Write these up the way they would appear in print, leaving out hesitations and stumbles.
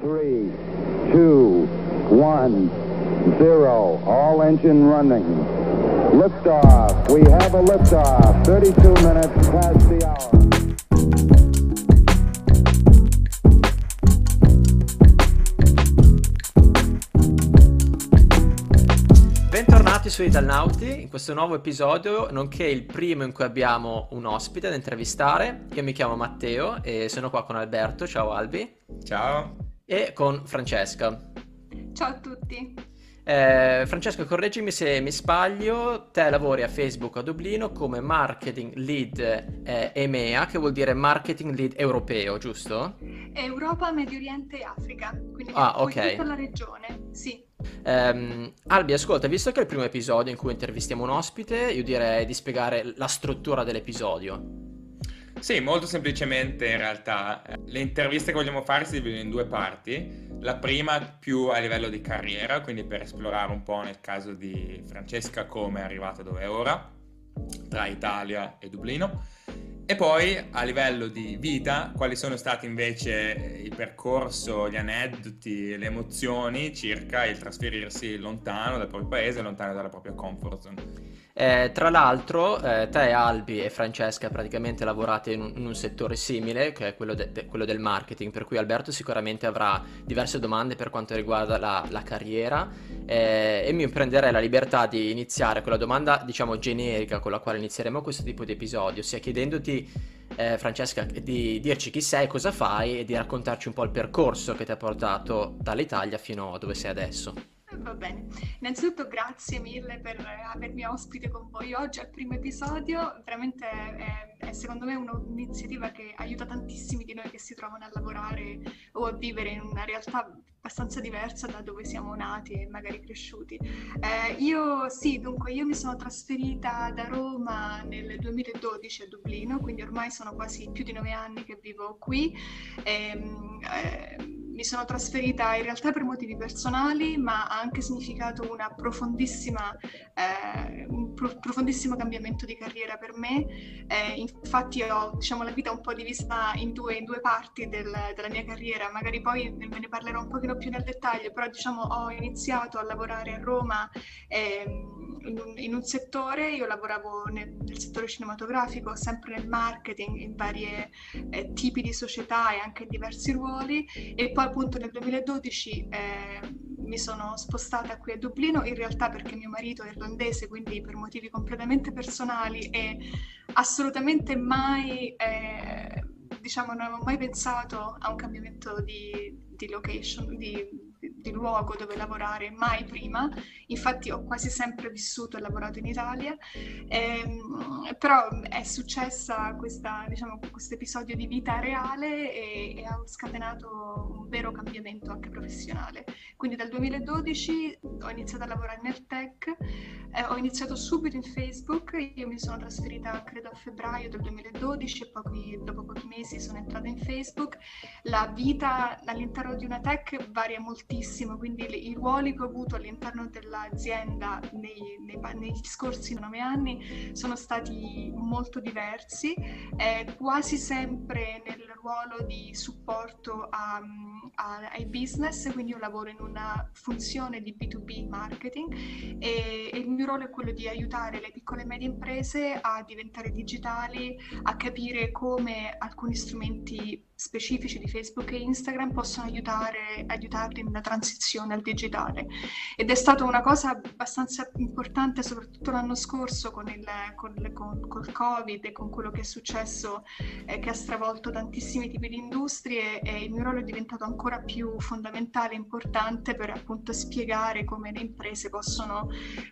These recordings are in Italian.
3, 2, 1, 0. All engine running. Liftoff. We have a liftoff. 32 minutes past the hour. Bentornati su Italnauti in questo nuovo episodio, nonché il primo in cui abbiamo un ospite da intervistare. Io mi chiamo Matteo e sono qua con Alberto. Ciao Albi. Ciao. E con Francesca. Ciao a tutti. Francesca, correggimi se mi sbaglio, te lavori a Facebook a Dublino come marketing lead EMEA, che vuol dire marketing lead europeo, giusto? Europa, Medio Oriente e Africa, quindi ok. tutta la regione, sì. Albi, ascolta, visto che è il primo episodio in cui intervistiamo un ospite, io direi di spiegare la struttura dell'episodio. Sì, molto semplicemente in realtà le interviste che vogliamo fare si dividono in due parti. La prima più a livello di carriera, quindi per esplorare un po' nel caso di Francesca come è arrivata dove è ora, tra Italia e Dublino. E poi a livello di vita, quali sono stati invece il percorso, gli aneddoti, le emozioni circa il trasferirsi lontano dal proprio paese, lontano dalla propria comfort zone. Tra l'altro, te, Albi e Francesca praticamente lavorate in un settore simile, che è quello, quello del marketing, per cui Alberto sicuramente avrà diverse domande per quanto riguarda la carriera, e mi prenderei la libertà di iniziare con la domanda, diciamo, generica con la quale inizieremo questo tipo di episodio, ossia chiedendoti, Francesca, di dirci chi sei, cosa fai e di raccontarci un po' il percorso che ti ha portato dall'Italia fino a dove sei adesso. Va bene, innanzitutto grazie mille per avermi ospite con voi oggi al primo episodio. Veramente è secondo me un'iniziativa che aiuta tantissimi di noi che si trovano a lavorare o a vivere in una realtà abbastanza diversa da dove siamo nati e magari cresciuti. Io mi sono trasferita da Roma nel 2012 a Dublino, quindi ormai sono quasi più di 9 anni che vivo qui. Mi sono trasferita in realtà per motivi personali, ma ha anche significato un profondissimo cambiamento di carriera per me. Infatti ho, diciamo, la vita un po' divisa in due parti della mia carriera, magari poi me ne parlerò un pochino più nel dettaglio, però diciamo ho iniziato a lavorare a Roma in un settore, io lavoravo nel settore cinematografico, sempre nel marketing, in varie tipi di società e anche in diversi ruoli, e poi appunto nel 2012 mi sono spostata qui a Dublino, in realtà perché mio marito è irlandese, quindi per motivi completamente personali, e assolutamente mai, non avevo mai pensato a un cambiamento di location, di luogo dove lavorare, mai prima. Infatti ho quasi sempre vissuto e lavorato in Italia, però è successa questo episodio di vita reale e ha scatenato un vero cambiamento anche professionale. Quindi dal 2012 ho iniziato a lavorare nel tech, ho iniziato subito in Facebook, io mi sono trasferita credo a febbraio del 2012 e poi dopo pochi mesi sono entrata in Facebook. La vita all'interno di una tech varia moltissimo, quindi i ruoli che ho avuto all'interno dell'azienda negli scorsi 9 anni sono stati molto diversi, quasi sempre nel ruolo di supporto ai business, quindi io lavoro in una funzione di B2B marketing e il mio ruolo è quello di aiutare le piccole e medie imprese a diventare digitali, a capire come alcuni strumenti specifici di Facebook e Instagram possono aiutarli nella transizione al digitale, ed è stata una cosa abbastanza importante soprattutto l'anno scorso col Covid e con quello che è successo, che ha stravolto tantissimi tipi di industrie, e il mio ruolo è diventato ancora più fondamentale e importante per appunto spiegare come le imprese possono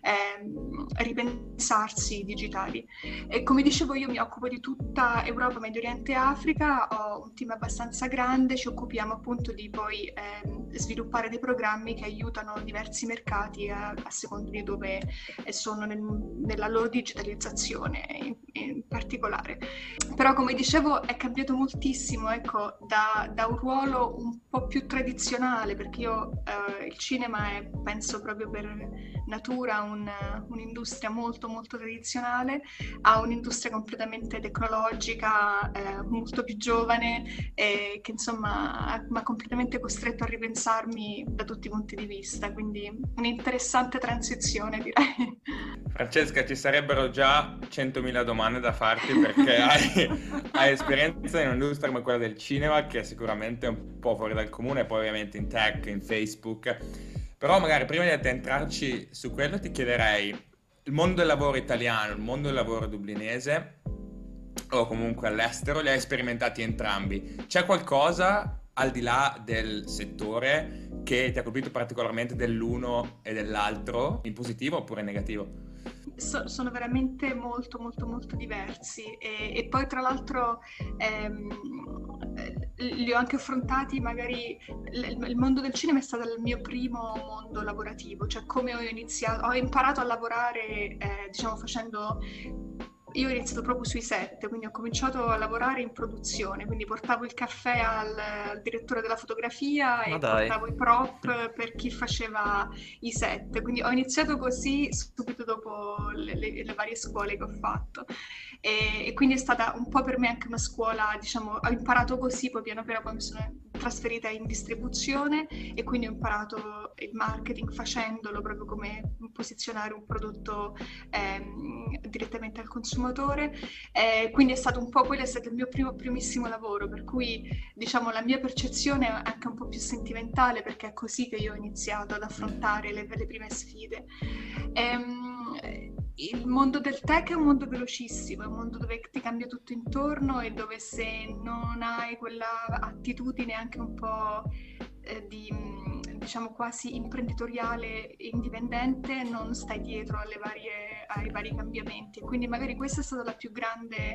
ripensarsi digitali. E come dicevo, io mi occupo di tutta Europa, Medio Oriente e Africa, ho un team abbastanza grande, ci occupiamo appunto di poi sviluppare dei programmi che aiutano diversi mercati a seconda di dove sono nella loro digitalizzazione in particolare. Però come dicevo è cambiato moltissimo, ecco, da un ruolo un po' più tradizionale, perché io il cinema è, penso proprio per natura, un'industria molto molto tradizionale, a un'industria completamente tecnologica, molto più giovane, che insomma mi ha completamente costretto a ripensarmi da tutti i punti di vista, quindi un'interessante transizione, direi. Francesca, ci sarebbero già 100.000 domande da farti perché hai esperienza in un'industria come quella del cinema, che è sicuramente un po' fuori dal comune, poi ovviamente in tech, in Facebook. Però magari prima di addentrarci su quello ti chiederei: il mondo del lavoro italiano, il mondo del lavoro dublinese o comunque all'estero, li hai sperimentati entrambi. C'è qualcosa al di là del settore che ti ha colpito particolarmente dell'uno e dell'altro, in positivo oppure in negativo? Sono veramente molto molto molto diversi e poi tra l'altro li ho anche affrontati, magari il mondo del cinema è stato il mio primo mondo lavorativo, cioè come ho imparato a lavorare diciamo facendo. Io ho iniziato proprio sui set, quindi ho cominciato a lavorare in produzione, quindi portavo il caffè al direttore della fotografia e portavo i prop per chi faceva i set, quindi ho iniziato così subito dopo le varie scuole che ho fatto e quindi è stata un po' per me anche una scuola, diciamo, ho imparato così, poi piano piano poi mi sono trasferita in distribuzione e quindi ho imparato il marketing facendolo, proprio come posizionare un prodotto direttamente al consumatore, quindi è stato un po', quello è stato il mio primissimo lavoro, per cui diciamo la mia percezione è anche un po' più sentimentale, perché è così che io ho iniziato ad affrontare le prime sfide. Il mondo del tech è un mondo velocissimo, è un mondo dove ti cambia tutto intorno e dove se non hai quella attitudine anche un po' diciamo quasi imprenditoriale e indipendente, non stai dietro ai vari cambiamenti, e quindi magari questa è stata la più grande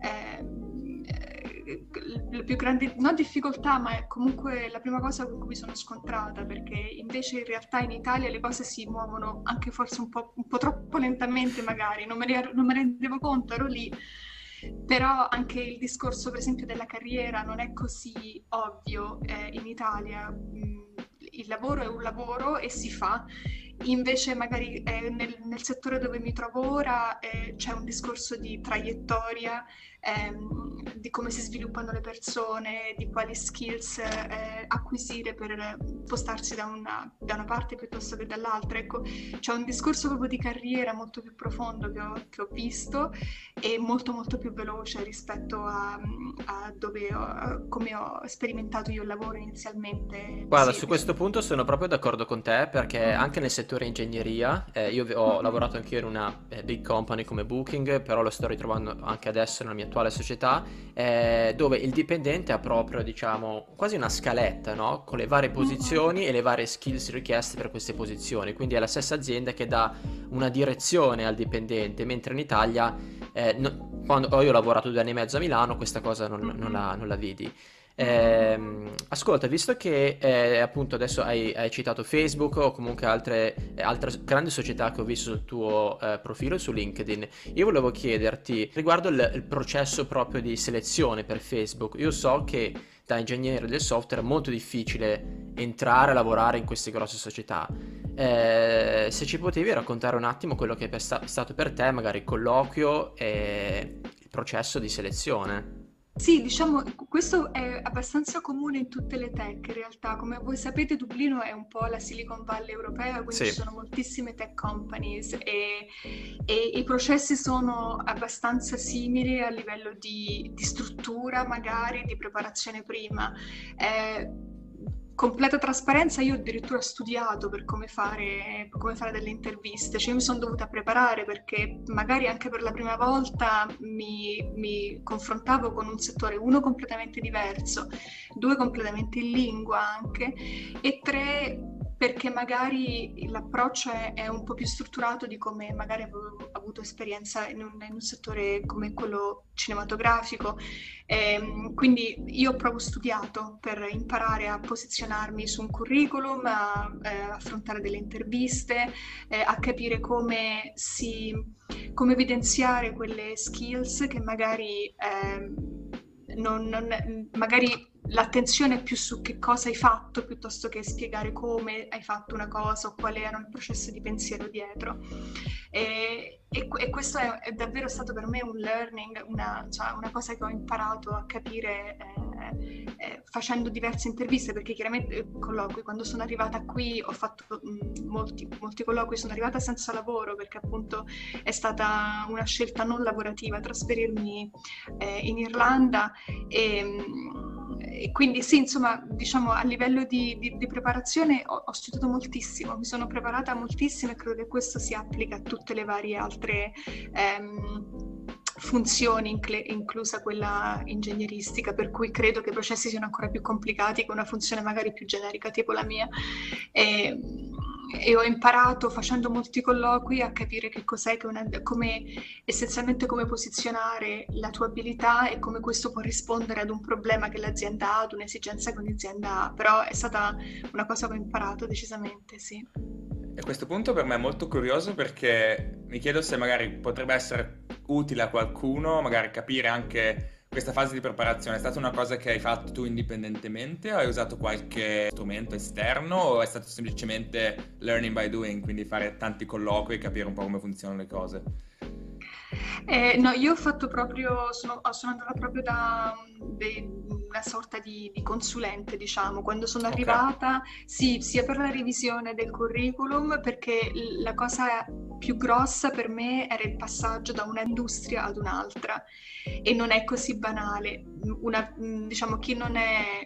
non difficoltà, ma è comunque la prima cosa con cui mi sono scontrata, perché invece in realtà in Italia le cose si muovono anche forse un po' troppo lentamente, magari non me ne rendevo conto, ero lì. Però anche il discorso per esempio della carriera non è così ovvio in Italia. Il lavoro è un lavoro e si fa, invece magari nel settore dove mi trovo ora c'è un discorso di traiettoria, di come si sviluppano le persone, di quali skills acquisire per spostarsi da una parte piuttosto che dall'altra. Ecco, c'è un discorso proprio di carriera molto più profondo che ho visto e molto molto più veloce rispetto a come ho sperimentato io il lavoro inizialmente. Guarda, su questo punto sono proprio d'accordo con te, perché anche nel settore ingegneria, io ho lavorato anch'io in una big company come Booking, però lo sto ritrovando anche adesso nella mia attuale società, dove il dipendente ha proprio, diciamo, quasi una scaletta, no? Con le varie posizioni e le varie skills richieste per queste posizioni, quindi è la stessa azienda che dà una direzione al dipendente, mentre in Italia, quando io ho lavorato 2 anni e mezzo a Milano, questa cosa non la vidi. Ascolta, visto che appunto adesso hai citato Facebook o comunque altre grandi società che ho visto sul tuo profilo su LinkedIn, io volevo chiederti riguardo il processo proprio di selezione per Facebook. Io so che da ingegnere del software è molto difficile entrare a lavorare in queste grosse società. Se ci potevi raccontare un attimo quello che è stato per te, magari il colloquio e il processo di selezione. Sì, diciamo, questo è abbastanza comune in tutte le tech in realtà. Come voi sapete, Dublino è un po' la Silicon Valley europea, quindi ci sono moltissime tech companies e i processi sono abbastanza simili a livello di struttura, magari, di preparazione prima. Completa trasparenza, io addirittura ho studiato per come fare delle interviste, cioè mi sono dovuta preparare perché magari anche per la prima volta mi confrontavo con un settore, 1 completamente diverso, 2 completamente in lingua anche, e 3 perché magari l'approccio è un po' più strutturato di come magari avevo avuto esperienza in un settore come quello cinematografico. Quindi io ho proprio studiato per imparare a posizionarmi su un curriculum, a affrontare delle interviste, a capire come evidenziare quelle skills che magari magari l'attenzione è più su che cosa hai fatto piuttosto che spiegare come hai fatto una cosa o qual era il processo di pensiero dietro. E questo è davvero stato per me un learning, cioè una cosa che ho imparato a capire facendo diverse interviste, perché chiaramente colloqui, quando sono arrivata qui ho fatto molti colloqui, sono arrivata senza lavoro perché appunto è stata una scelta non lavorativa trasferirmi in Irlanda e quindi sì, insomma, diciamo a livello di preparazione ho studiato moltissimo, mi sono preparata moltissimo e credo che questo si applica a tutte le varie altre funzioni, inclusa quella ingegneristica, per cui credo che i processi siano ancora più complicati che una funzione magari più generica tipo la mia. E ho imparato facendo molti colloqui a capire che cos'è essenzialmente come posizionare la tua abilità e come questo può rispondere ad un problema che l'azienda ha, ad un'esigenza che un'azienda ha, però è stata una cosa che ho imparato decisamente, sì. E questo punto per me è molto curioso perché mi chiedo se magari potrebbe essere utile a qualcuno, magari capire anche questa fase di preparazione. È stata una cosa che hai fatto tu indipendentemente o hai usato qualche strumento esterno o è stato semplicemente learning by doing, quindi fare tanti colloqui e capire un po' come funzionano le cose? No, io ho fatto proprio, sono andata proprio da una sorta di consulente, diciamo, quando sono arrivata, sì, sia per la revisione del curriculum, perché la cosa più grossa per me era il passaggio da un'industria ad un'altra e non è così banale. Diciamo, chi non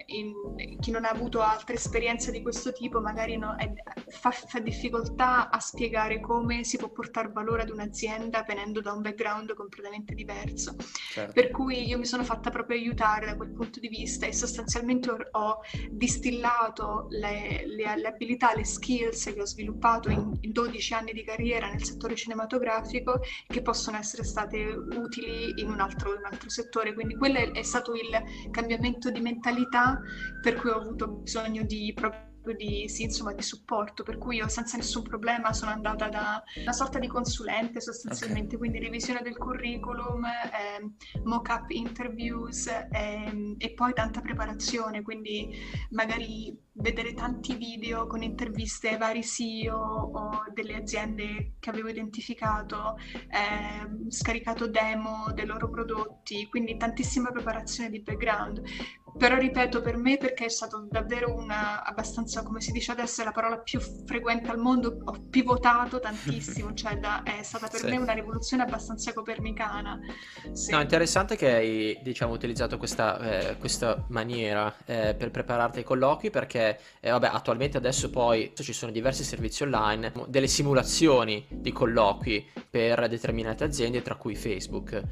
ha avuto altre esperienze di questo tipo magari fa difficoltà a spiegare come si può portare valore ad un'azienda venendo da un background completamente diverso. Certo. Per cui io mi sono fatta proprio aiutare da quel punto di vista e sostanzialmente ho distillato le abilità, le skills che ho sviluppato in 12 anni di carriera nel settore cinematografico che possono essere state utili in un altro settore. Quindi quello è stato il cambiamento di mentalità per cui ho avuto bisogno di supporto, per cui io senza nessun problema sono andata da una sorta di consulente sostanzialmente, quindi revisione del curriculum, mock-up interviews e poi tanta preparazione, quindi magari vedere tanti video con interviste ai vari CEO o delle aziende che avevo identificato, scaricato demo dei loro prodotti, quindi tantissima preparazione di background. Però ripeto, per me, perché è stato davvero abbastanza, come si dice adesso, è la parola più frequente al mondo, ho pivotato tantissimo, cioè è stata per me una rivoluzione abbastanza copernicana. Sì. No, interessante che hai, diciamo, utilizzato questa maniera per prepararti ai colloqui, perché attualmente adesso poi ci sono diversi servizi online, delle simulazioni di colloqui per determinate aziende, tra cui Facebook.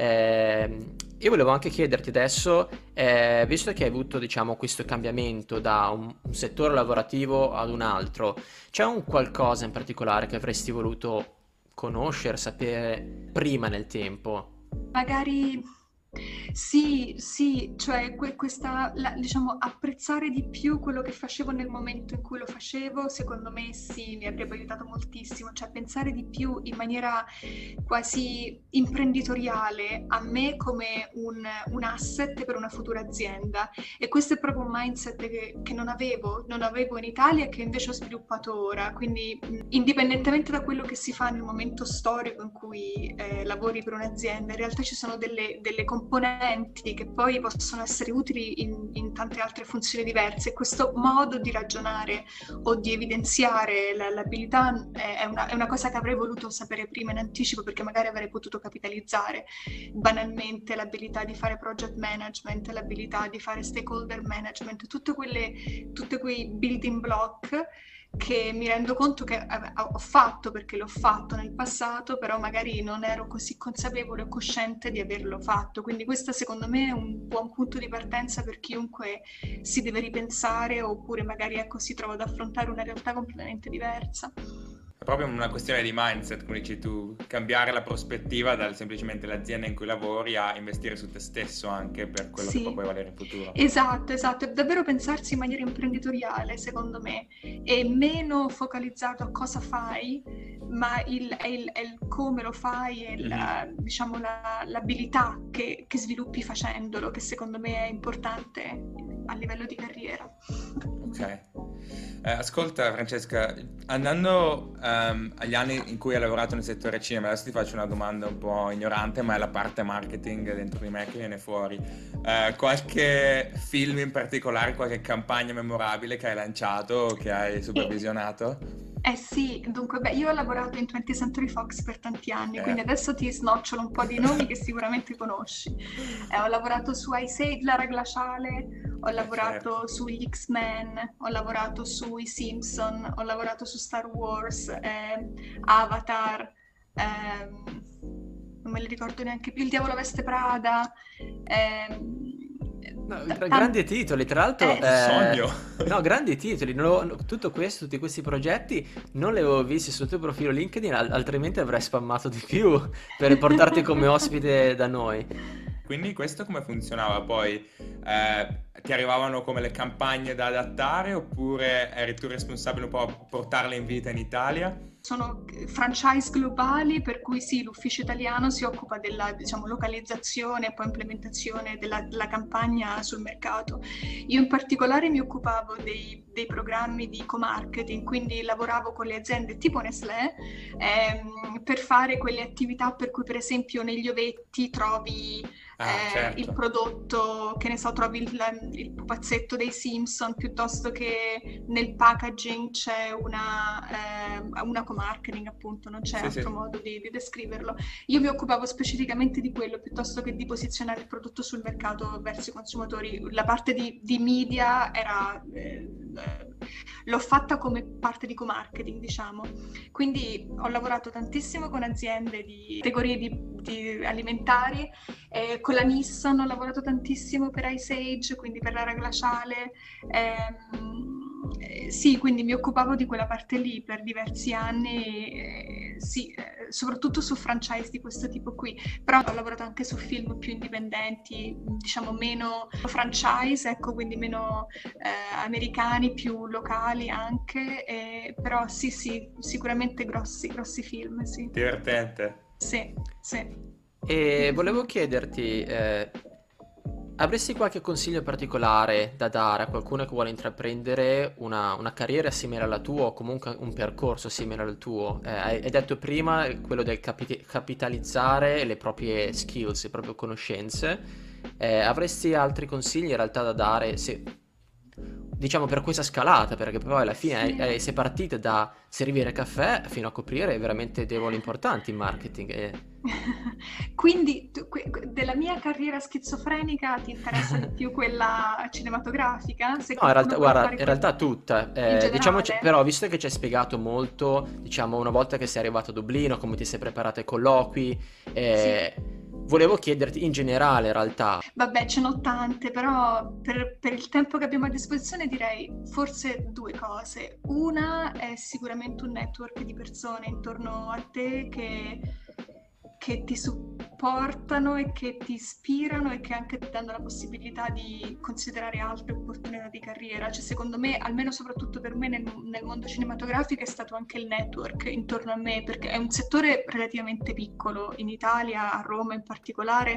Io volevo anche chiederti adesso, visto che hai avuto, diciamo, questo cambiamento da un settore lavorativo ad un altro, c'è un qualcosa in particolare che avresti voluto conoscere, sapere prima nel tempo? Magari sì, cioè diciamo, apprezzare di più quello che facevo nel momento in cui lo facevo, secondo me sì, mi avrebbe aiutato moltissimo, cioè pensare di più in maniera quasi imprenditoriale a me come un asset per una futura azienda, e questo è proprio un mindset che non avevo in Italia e che invece ho sviluppato ora, quindi indipendentemente da quello che si fa nel momento storico in cui lavori per un'azienda, in realtà ci sono delle componenti che poi possono essere utili in tante altre funzioni diverse, e questo modo di ragionare o di evidenziare l'abilità è una cosa che avrei voluto sapere prima in anticipo, perché magari avrei potuto capitalizzare banalmente l'abilità di fare project management, l'abilità di fare stakeholder management, tutti quei building block che mi rendo conto che ho fatto perché l'ho fatto nel passato, però magari non ero così consapevole o cosciente di averlo fatto. Quindi questo secondo me è un buon punto di partenza per chiunque si deve ripensare oppure magari si trova ad affrontare una realtà completamente diversa. È proprio una questione di mindset, come dici tu, cambiare la prospettiva dal semplicemente l'azienda in cui lavori a investire su te stesso anche per quello che può poi valere in futuro. Esatto, è davvero pensarsi in maniera imprenditoriale, secondo me, e meno focalizzato a cosa fai, ma è il come lo fai e diciamo l'abilità che sviluppi facendolo, che secondo me è importante a livello di carriera. Ok. Ascolta Francesca, andando agli anni in cui hai lavorato nel settore cinema, adesso ti faccio una domanda un po' ignorante, ma è la parte marketing dentro di me che viene fuori. Qualche film in particolare, qualche campagna memorabile che hai lanciato, che hai supervisionato? Sì, dunque, io ho lavorato in 20th Century Fox per tanti anni, quindi adesso ti snocciolo un po' di nomi che sicuramente conosci. Ho lavorato su Ice Age, l'era glaciale, ho lavorato sugli X-Men, ho lavorato sui Simpson, ho lavorato su Star Wars, Avatar, non me li ricordo neanche più, Il Diavolo Veste Prada. Grandi titoli, tra l'altro. Sogno. No, grandi titoli. Tutto questo, tutti questi progetti non li avevo visti sul tuo profilo LinkedIn, altrimenti avrei spammato di più per portarti come ospite da noi. Quindi questo come funzionava poi? Ti arrivavano come le campagne da adattare oppure eri tu responsabile un po' a portarle in vita in Italia? Sono franchise globali, per cui sì, l'ufficio italiano si occupa della, diciamo, localizzazione e poi implementazione della campagna sul mercato. Io in particolare mi occupavo dei programmi di co-marketing, quindi lavoravo con le aziende tipo Nestlé per fare quelle attività per cui per esempio negli ovetti trovi certo. il prodotto, che ne so, trovi il pupazzetto dei Simpson, piuttosto che nel packaging c'è una co-marketing, appunto, non c'è altro modo di descriverlo. Io mi occupavo specificamente di quello, piuttosto che di posizionare il prodotto sul mercato verso i consumatori. La parte di media era... l'ho fatta come parte di co-marketing, diciamo. Quindi ho lavorato tantissimo con aziende di categorie di alimentari, con la Nissan ho lavorato tantissimo per Ice Age, quindi per l'era glaciale. Sì, quindi mi occupavo di quella parte lì per diversi anni, sì, soprattutto su franchise di questo tipo qui, però ho lavorato anche su film più indipendenti, diciamo meno franchise, ecco, quindi meno americani, più locali anche, però sì, sicuramente grossi film, sì. Divertente. Sì. E volevo chiederti, avresti qualche consiglio particolare da dare a qualcuno che vuole intraprendere una carriera simile alla tua o comunque un percorso simile al tuo? Hai detto prima quello del capitalizzare le proprie skills, le proprie conoscenze. Avresti altri consigli in realtà da dare, diciamo, per questa scalata, perché poi alla fine sei partita da servire caffè fino a coprire veramente dei ruoli importanti in marketing. Quindi della mia carriera schizofrenica ti interessa di più quella cinematografica? No, in realtà tutta. Diciamo, però, visto che ci hai spiegato molto, diciamo, una volta che sei arrivato a Dublino, come ti sei preparata ai colloqui, volevo chiederti in generale, in realtà. Vabbè, ce n'ho tante, però per il tempo che abbiamo a disposizione direi forse due cose. Una è sicuramente un network di persone intorno a te che ti supportano e che ti ispirano e che anche ti danno la possibilità di considerare altre opportunità di carriera. Cioè, secondo me, almeno soprattutto per me nel mondo cinematografico, è stato anche il network intorno a me, perché è un settore relativamente piccolo in Italia, a Roma in particolare,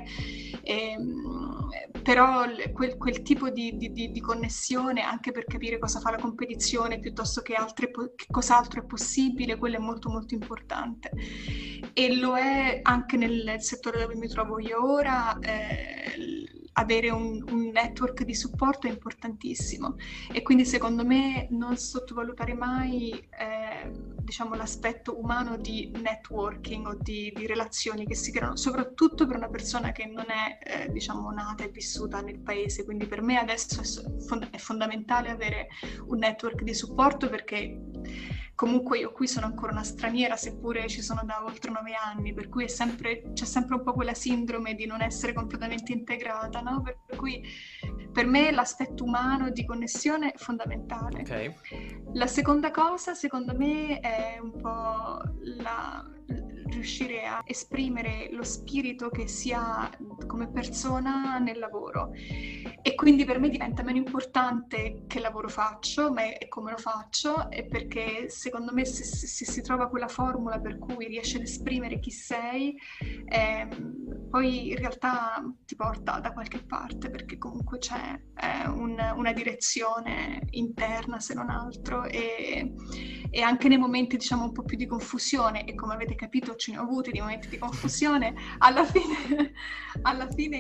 però quel tipo di connessione, anche per capire cosa fa la competizione piuttosto che cos'altro è possibile, quello è molto molto importante. E lo è anche nel settore dove mi trovo io ora. Avere un network di supporto è importantissimo, e quindi secondo me non sottovalutare mai diciamo l'aspetto umano di networking o di relazioni che si creano, soprattutto per una persona che non è diciamo nata e vissuta nel paese. Quindi per me adesso è fondamentale avere un network di supporto, perché comunque io qui sono ancora una straniera, seppure ci sono da oltre 9 anni, per cui c'è sempre un po' quella sindrome di non essere completamente integrata, no? Per cui per me l'aspetto umano di connessione è fondamentale. Ok. La seconda cosa, secondo me, è un po' riuscire a esprimere lo spirito che si ha come persona nel lavoro, e quindi per me diventa meno importante che lavoro faccio, ma è come lo faccio, e perché secondo me se si trova quella formula per cui riesci ad esprimere chi sei, poi in realtà ti porta da qualche parte, perché comunque c'è una direzione interna, se non altro, e anche nei momenti, diciamo, un po' più di confusione, e come avete capito ce ne ho avuti di momenti di confusione, alla fine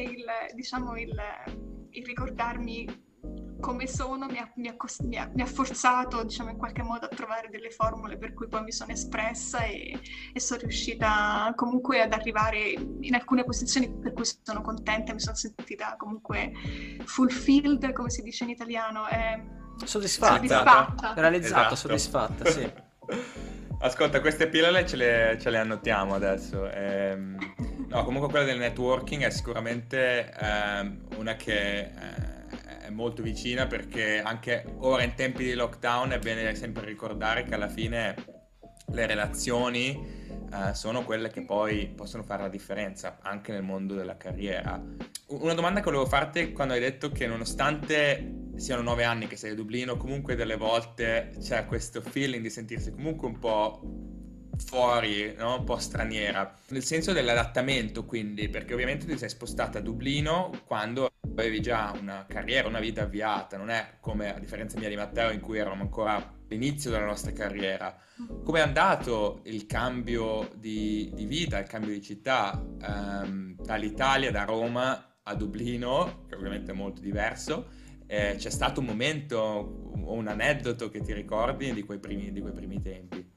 il ricordarmi come sono mi ha forzato, diciamo, in qualche modo a trovare delle formule per cui poi mi sono espressa e sono riuscita comunque ad arrivare in alcune posizioni per cui sono contenta, mi sono sentita comunque fulfilled, come si dice in italiano, soddisfatta, realizzata, esatto. soddisfatta, sì. Ascolta, queste pillole ce le annotiamo adesso. No, comunque quella del networking è sicuramente una che è molto vicina, perché anche ora in tempi di lockdown è bene sempre ricordare che alla fine le relazioni sono quelle che poi possono fare la differenza anche nel mondo della carriera. Una domanda che volevo farti, quando hai detto che nonostante siano 9 anni che sei a Dublino, comunque delle volte c'è questo feeling di sentirsi comunque un po' fuori, no? Un po' straniera, nel senso dell'adattamento, quindi, perché ovviamente ti sei spostata a Dublino quando avevi già una carriera, una vita avviata, non è come, a differenza mia di Matteo, in cui eravamo ancora all'inizio della nostra carriera. Come è andato il cambio di vita, il cambio di città, dall'Italia, da Roma a Dublino, che ovviamente è molto diverso? C'è stato un momento o un aneddoto che ti ricordi di quei primi tempi?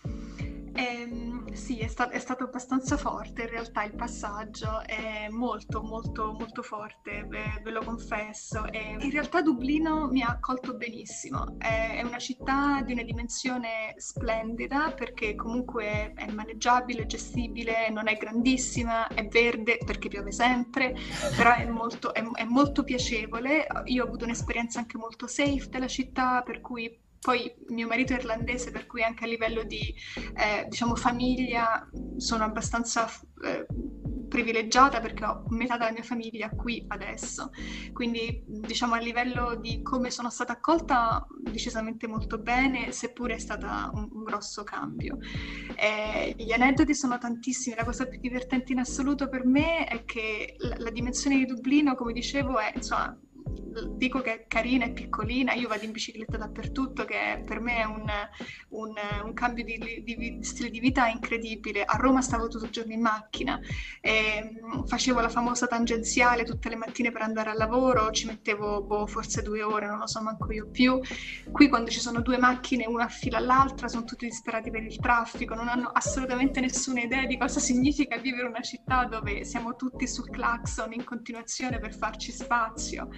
Sì, è stato abbastanza forte in realtà il passaggio, è molto molto molto forte, ve lo confesso. In realtà Dublino mi ha accolto benissimo, è una città di una dimensione splendida, perché comunque è maneggiabile, gestibile, non è grandissima, è verde perché piove sempre, però è molto piacevole. Io ho avuto un'esperienza anche molto safe della città, per cui poi mio marito è irlandese, per cui anche a livello di diciamo famiglia sono abbastanza privilegiata, perché ho metà della mia famiglia qui adesso, quindi diciamo a livello di come sono stata accolta decisamente molto bene, seppure è stata un grosso cambio. Gli aneddoti sono tantissimi, la cosa più divertente in assoluto per me è che la dimensione di Dublino, come dicevo, è, insomma, dico che è carina e piccolina, io vado in bicicletta dappertutto, che per me è un cambio di stile di vita incredibile. A Roma stavo tutto il giorno in macchina, facevo la famosa tangenziale tutte le mattine per andare al lavoro, ci mettevo forse 2 ore, non lo so manco io più. Qui quando ci sono 2 macchine una a fila all'altra sono tutti disperati per il traffico, non hanno assolutamente nessuna idea di cosa significa vivere in una città dove siamo tutti sul clacson in continuazione per farci spazio.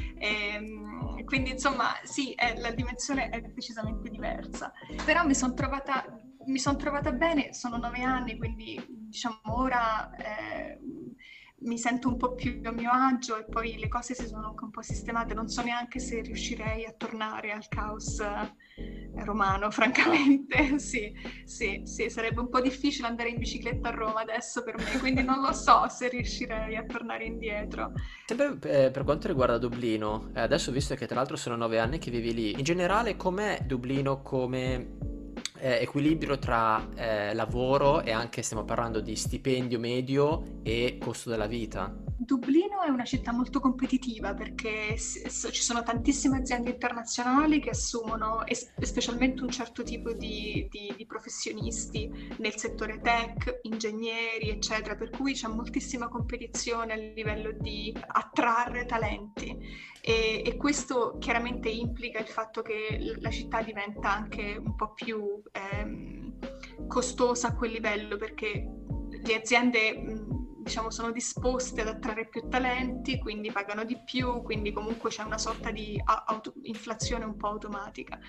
Quindi insomma sì, la dimensione è decisamente diversa, però mi son trovata bene, sono 9 anni, quindi diciamo ora mi sento un po' più a mio agio, e poi le cose si sono anche un po' sistemate. Non so neanche se riuscirei a tornare al caos romano, francamente. Sì, sarebbe un po' difficile andare in bicicletta a Roma adesso per me, quindi non lo so se riuscirei a tornare indietro. Sempre per quanto riguarda Dublino, adesso visto che tra l'altro sono 9 anni che vivi lì, in generale com'è Dublino come equilibrio tra lavoro e anche, stiamo parlando di stipendio medio e costo della vita? Dublino è una città molto competitiva, perché ci sono tantissime aziende internazionali che assumono specialmente un certo tipo di professionisti nel settore tech, ingegneri, eccetera, per cui c'è moltissima competizione a livello di attrarre talenti, e questo chiaramente implica il fatto che la città diventa anche un po' più costosa a quel livello, perché le aziende diciamo sono disposte ad attrarre più talenti, quindi pagano di più, quindi comunque c'è una sorta di inflazione un po' automatica.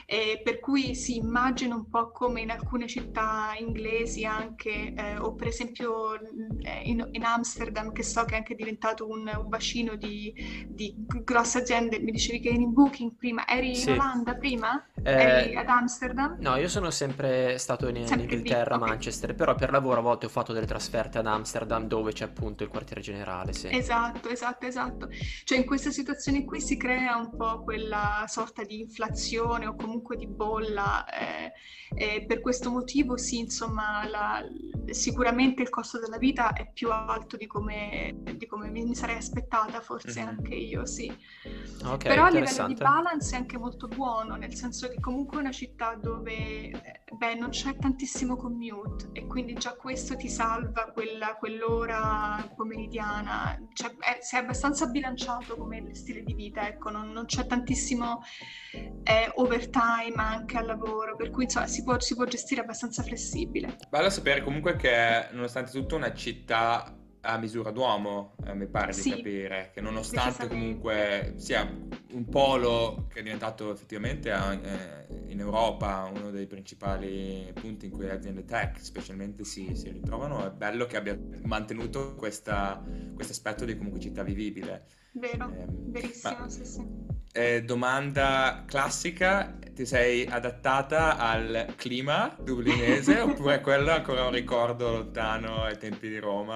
per cui si immagina un po' come in alcune città inglesi anche, o per esempio in Amsterdam, che so che è anche diventato un bacino di grosse aziende. Mi dicevi che eri in Booking prima, eri Sì. in Olanda prima? Eri Eh, ad Amsterdam? no, io sono sempre stato in Sempre lì, Inghilterra, a ok. Manchester, però per lavoro a volte ho fatto delle trasferte ad Amsterdam dove c'è appunto il quartiere generale, sì. Esatto, esatto, esatto. Cioè in queste situazioni qui si crea un po' quella sorta di inflazione o comunque di bolla, e per questo motivo sì, insomma, sicuramente il costo della vita è più alto di come mi sarei aspettata, forse Mhm. anche io, sì. Ok, Però a livello di interessante. balance è anche molto buono, nel senso che comunque è una città dove non c'è tantissimo commute e quindi già questo ti salva quell'ora pomeridiana. Cioè, sei abbastanza bilanciato come stile di vita, ecco, non c'è tantissimo overtime anche al lavoro, per cui insomma, si può gestire abbastanza flessibile. Bello sapere comunque che nonostante tutto è una città a misura d'uomo, mi pare di Sì, capire, che nonostante decisamente. comunque sia un polo che è diventato effettivamente in Europa uno dei principali punti in cui le aziende tech specialmente si ritrovano, è bello che abbia mantenuto questo aspetto di comunque città vivibile. Vero, Ma verissimo, sì, sì. domanda classica, ti sei adattata al clima dublinese oppure quello è ancora un ricordo lontano ai tempi di Roma?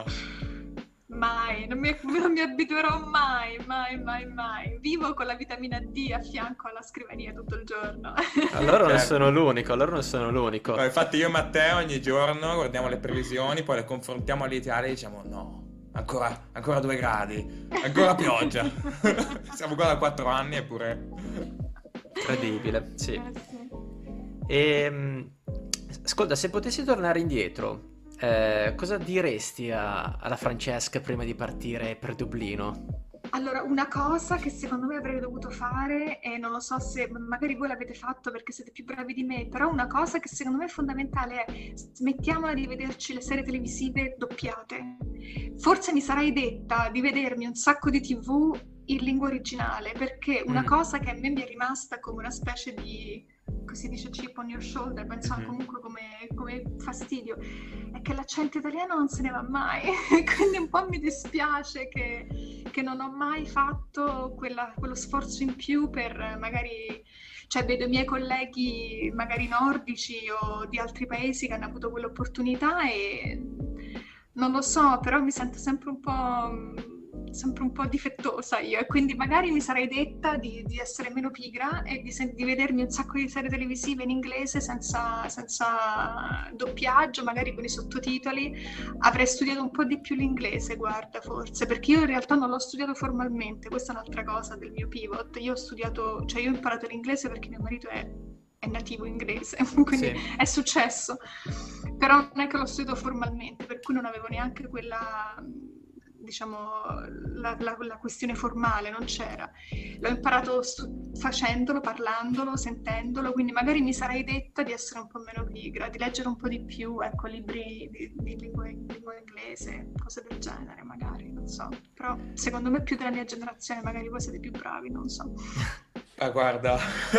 Mai, non mi abituerò mai, mai, mai, mai. Vivo con la vitamina D a fianco alla scrivania tutto il giorno. Allora non sono Certo. l'unico, allora non sono l'unico. No, infatti io e Matteo ogni giorno guardiamo le previsioni, poi le confrontiamo all'Italia e diciamo no, ancora 2 gradi, ancora pioggia. Siamo qua da 4 anni eppure... Incredibile, sì. Sì. Ascolta, se potessi tornare indietro, cosa diresti alla Francesca prima di partire per Dublino? Allora, una cosa che secondo me avrei dovuto fare, e non lo so se magari voi l'avete fatto perché siete più bravi di me, però una cosa che secondo me è fondamentale è smettiamola di vederci le serie televisive doppiate. Forse mi sarei detta di vedermi un sacco di TV in lingua originale, perché una cosa che a me mi è rimasta come una specie di, così dice, chip on your shoulder, ma insomma comunque come fastidio, è che l'accento italiano non se ne va mai. Quindi un po' mi dispiace che non ho mai fatto quello sforzo in più per magari, cioè vedo i miei colleghi magari nordici o di altri paesi che hanno avuto quell'opportunità e non lo so, però mi sento sempre un po' difettosa io, e quindi magari mi sarei detta di essere meno pigra e di vedermi un sacco di serie televisive in inglese senza doppiaggio, magari con i sottotitoli. Avrei studiato un po' di più l'inglese, guarda, forse, perché io in realtà non l'ho studiato formalmente, questa è un'altra cosa del mio pivot. Io ho imparato l'inglese perché mio marito è nativo inglese, quindi Sì. è successo, però non è che l'ho studiato formalmente, per cui non avevo neanche quella, diciamo, la questione formale, non c'era. L'ho imparato facendolo, parlandolo, sentendolo, quindi magari mi sarei detta di essere un po' meno pigra, di leggere un po' di più, ecco, libri di lingua inglese, cose del genere, magari, non so. Però secondo me più della mia generazione, magari voi siete più bravi, non so. Ah, guarda,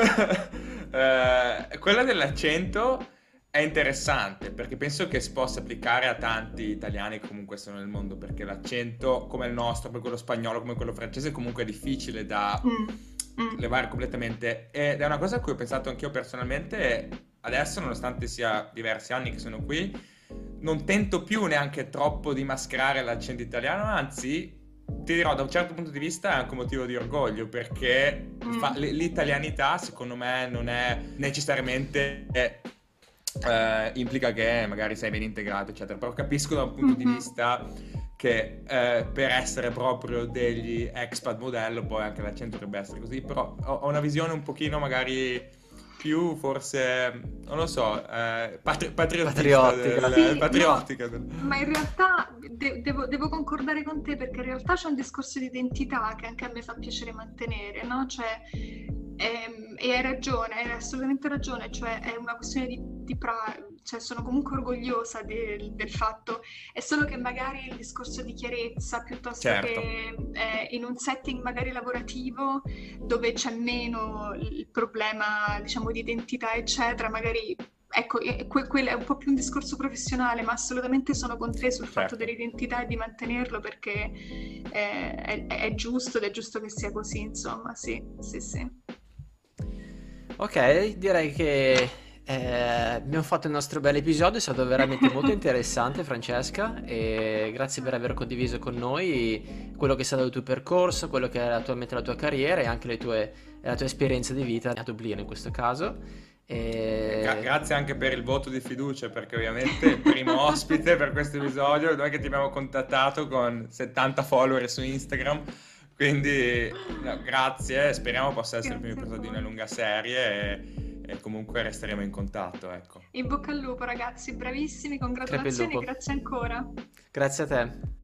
quella dell'accento è interessante perché penso che si possa applicare a tanti italiani che comunque sono nel mondo, perché l'accento come il nostro, come quello spagnolo, come quello francese, comunque è difficile da levare completamente, ed è una cosa a cui ho pensato anch'io personalmente e adesso, nonostante sia diversi anni che sono qui, non tento più neanche troppo di mascherare l'accento italiano, anzi ti dirò, da un certo punto di vista è anche un motivo di orgoglio, perché l'italianità secondo me non è necessariamente implica che magari sei ben integrato eccetera, però capisco da un punto di vista che per essere proprio degli expat modello poi anche l'accento dovrebbe essere così, però ho una visione un pochino magari più forse, non lo so, patriottica. Sì, patriottica. No, ma in realtà devo concordare con te, perché in realtà c'è un discorso di identità che anche a me fa piacere mantenere, no? Cioè, E hai ragione, hai assolutamente ragione, cioè è una questione cioè sono comunque orgogliosa del fatto, è solo che magari il discorso di chiarezza, piuttosto Certo. che in un setting magari lavorativo dove c'è meno il problema, diciamo, di identità, eccetera, magari. Ecco, quello è un po' più un discorso professionale, ma assolutamente sono con te sul fatto Certo. dell'identità e di mantenerlo, perché è giusto ed è giusto che sia così, insomma, sì, sì, sì. Ok, direi che abbiamo fatto il nostro bel episodio, è stato veramente molto interessante, Francesca, e grazie per aver condiviso con noi quello che è stato il tuo percorso, quello che è attualmente la tua carriera e anche la tua esperienza di vita a Dublino in questo caso. Grazie anche per il voto di fiducia, perché ovviamente il primo ospite per questo episodio, noi che ti abbiamo contattato con 70 follower su Instagram, quindi no, grazie, speriamo possa essere il primo Grazie a episodio di una voi. lunga serie e comunque resteremo in contatto, ecco. In bocca al lupo, ragazzi, bravissimi, Crepe il congratulazioni e lupo. grazie ancora. Grazie a te.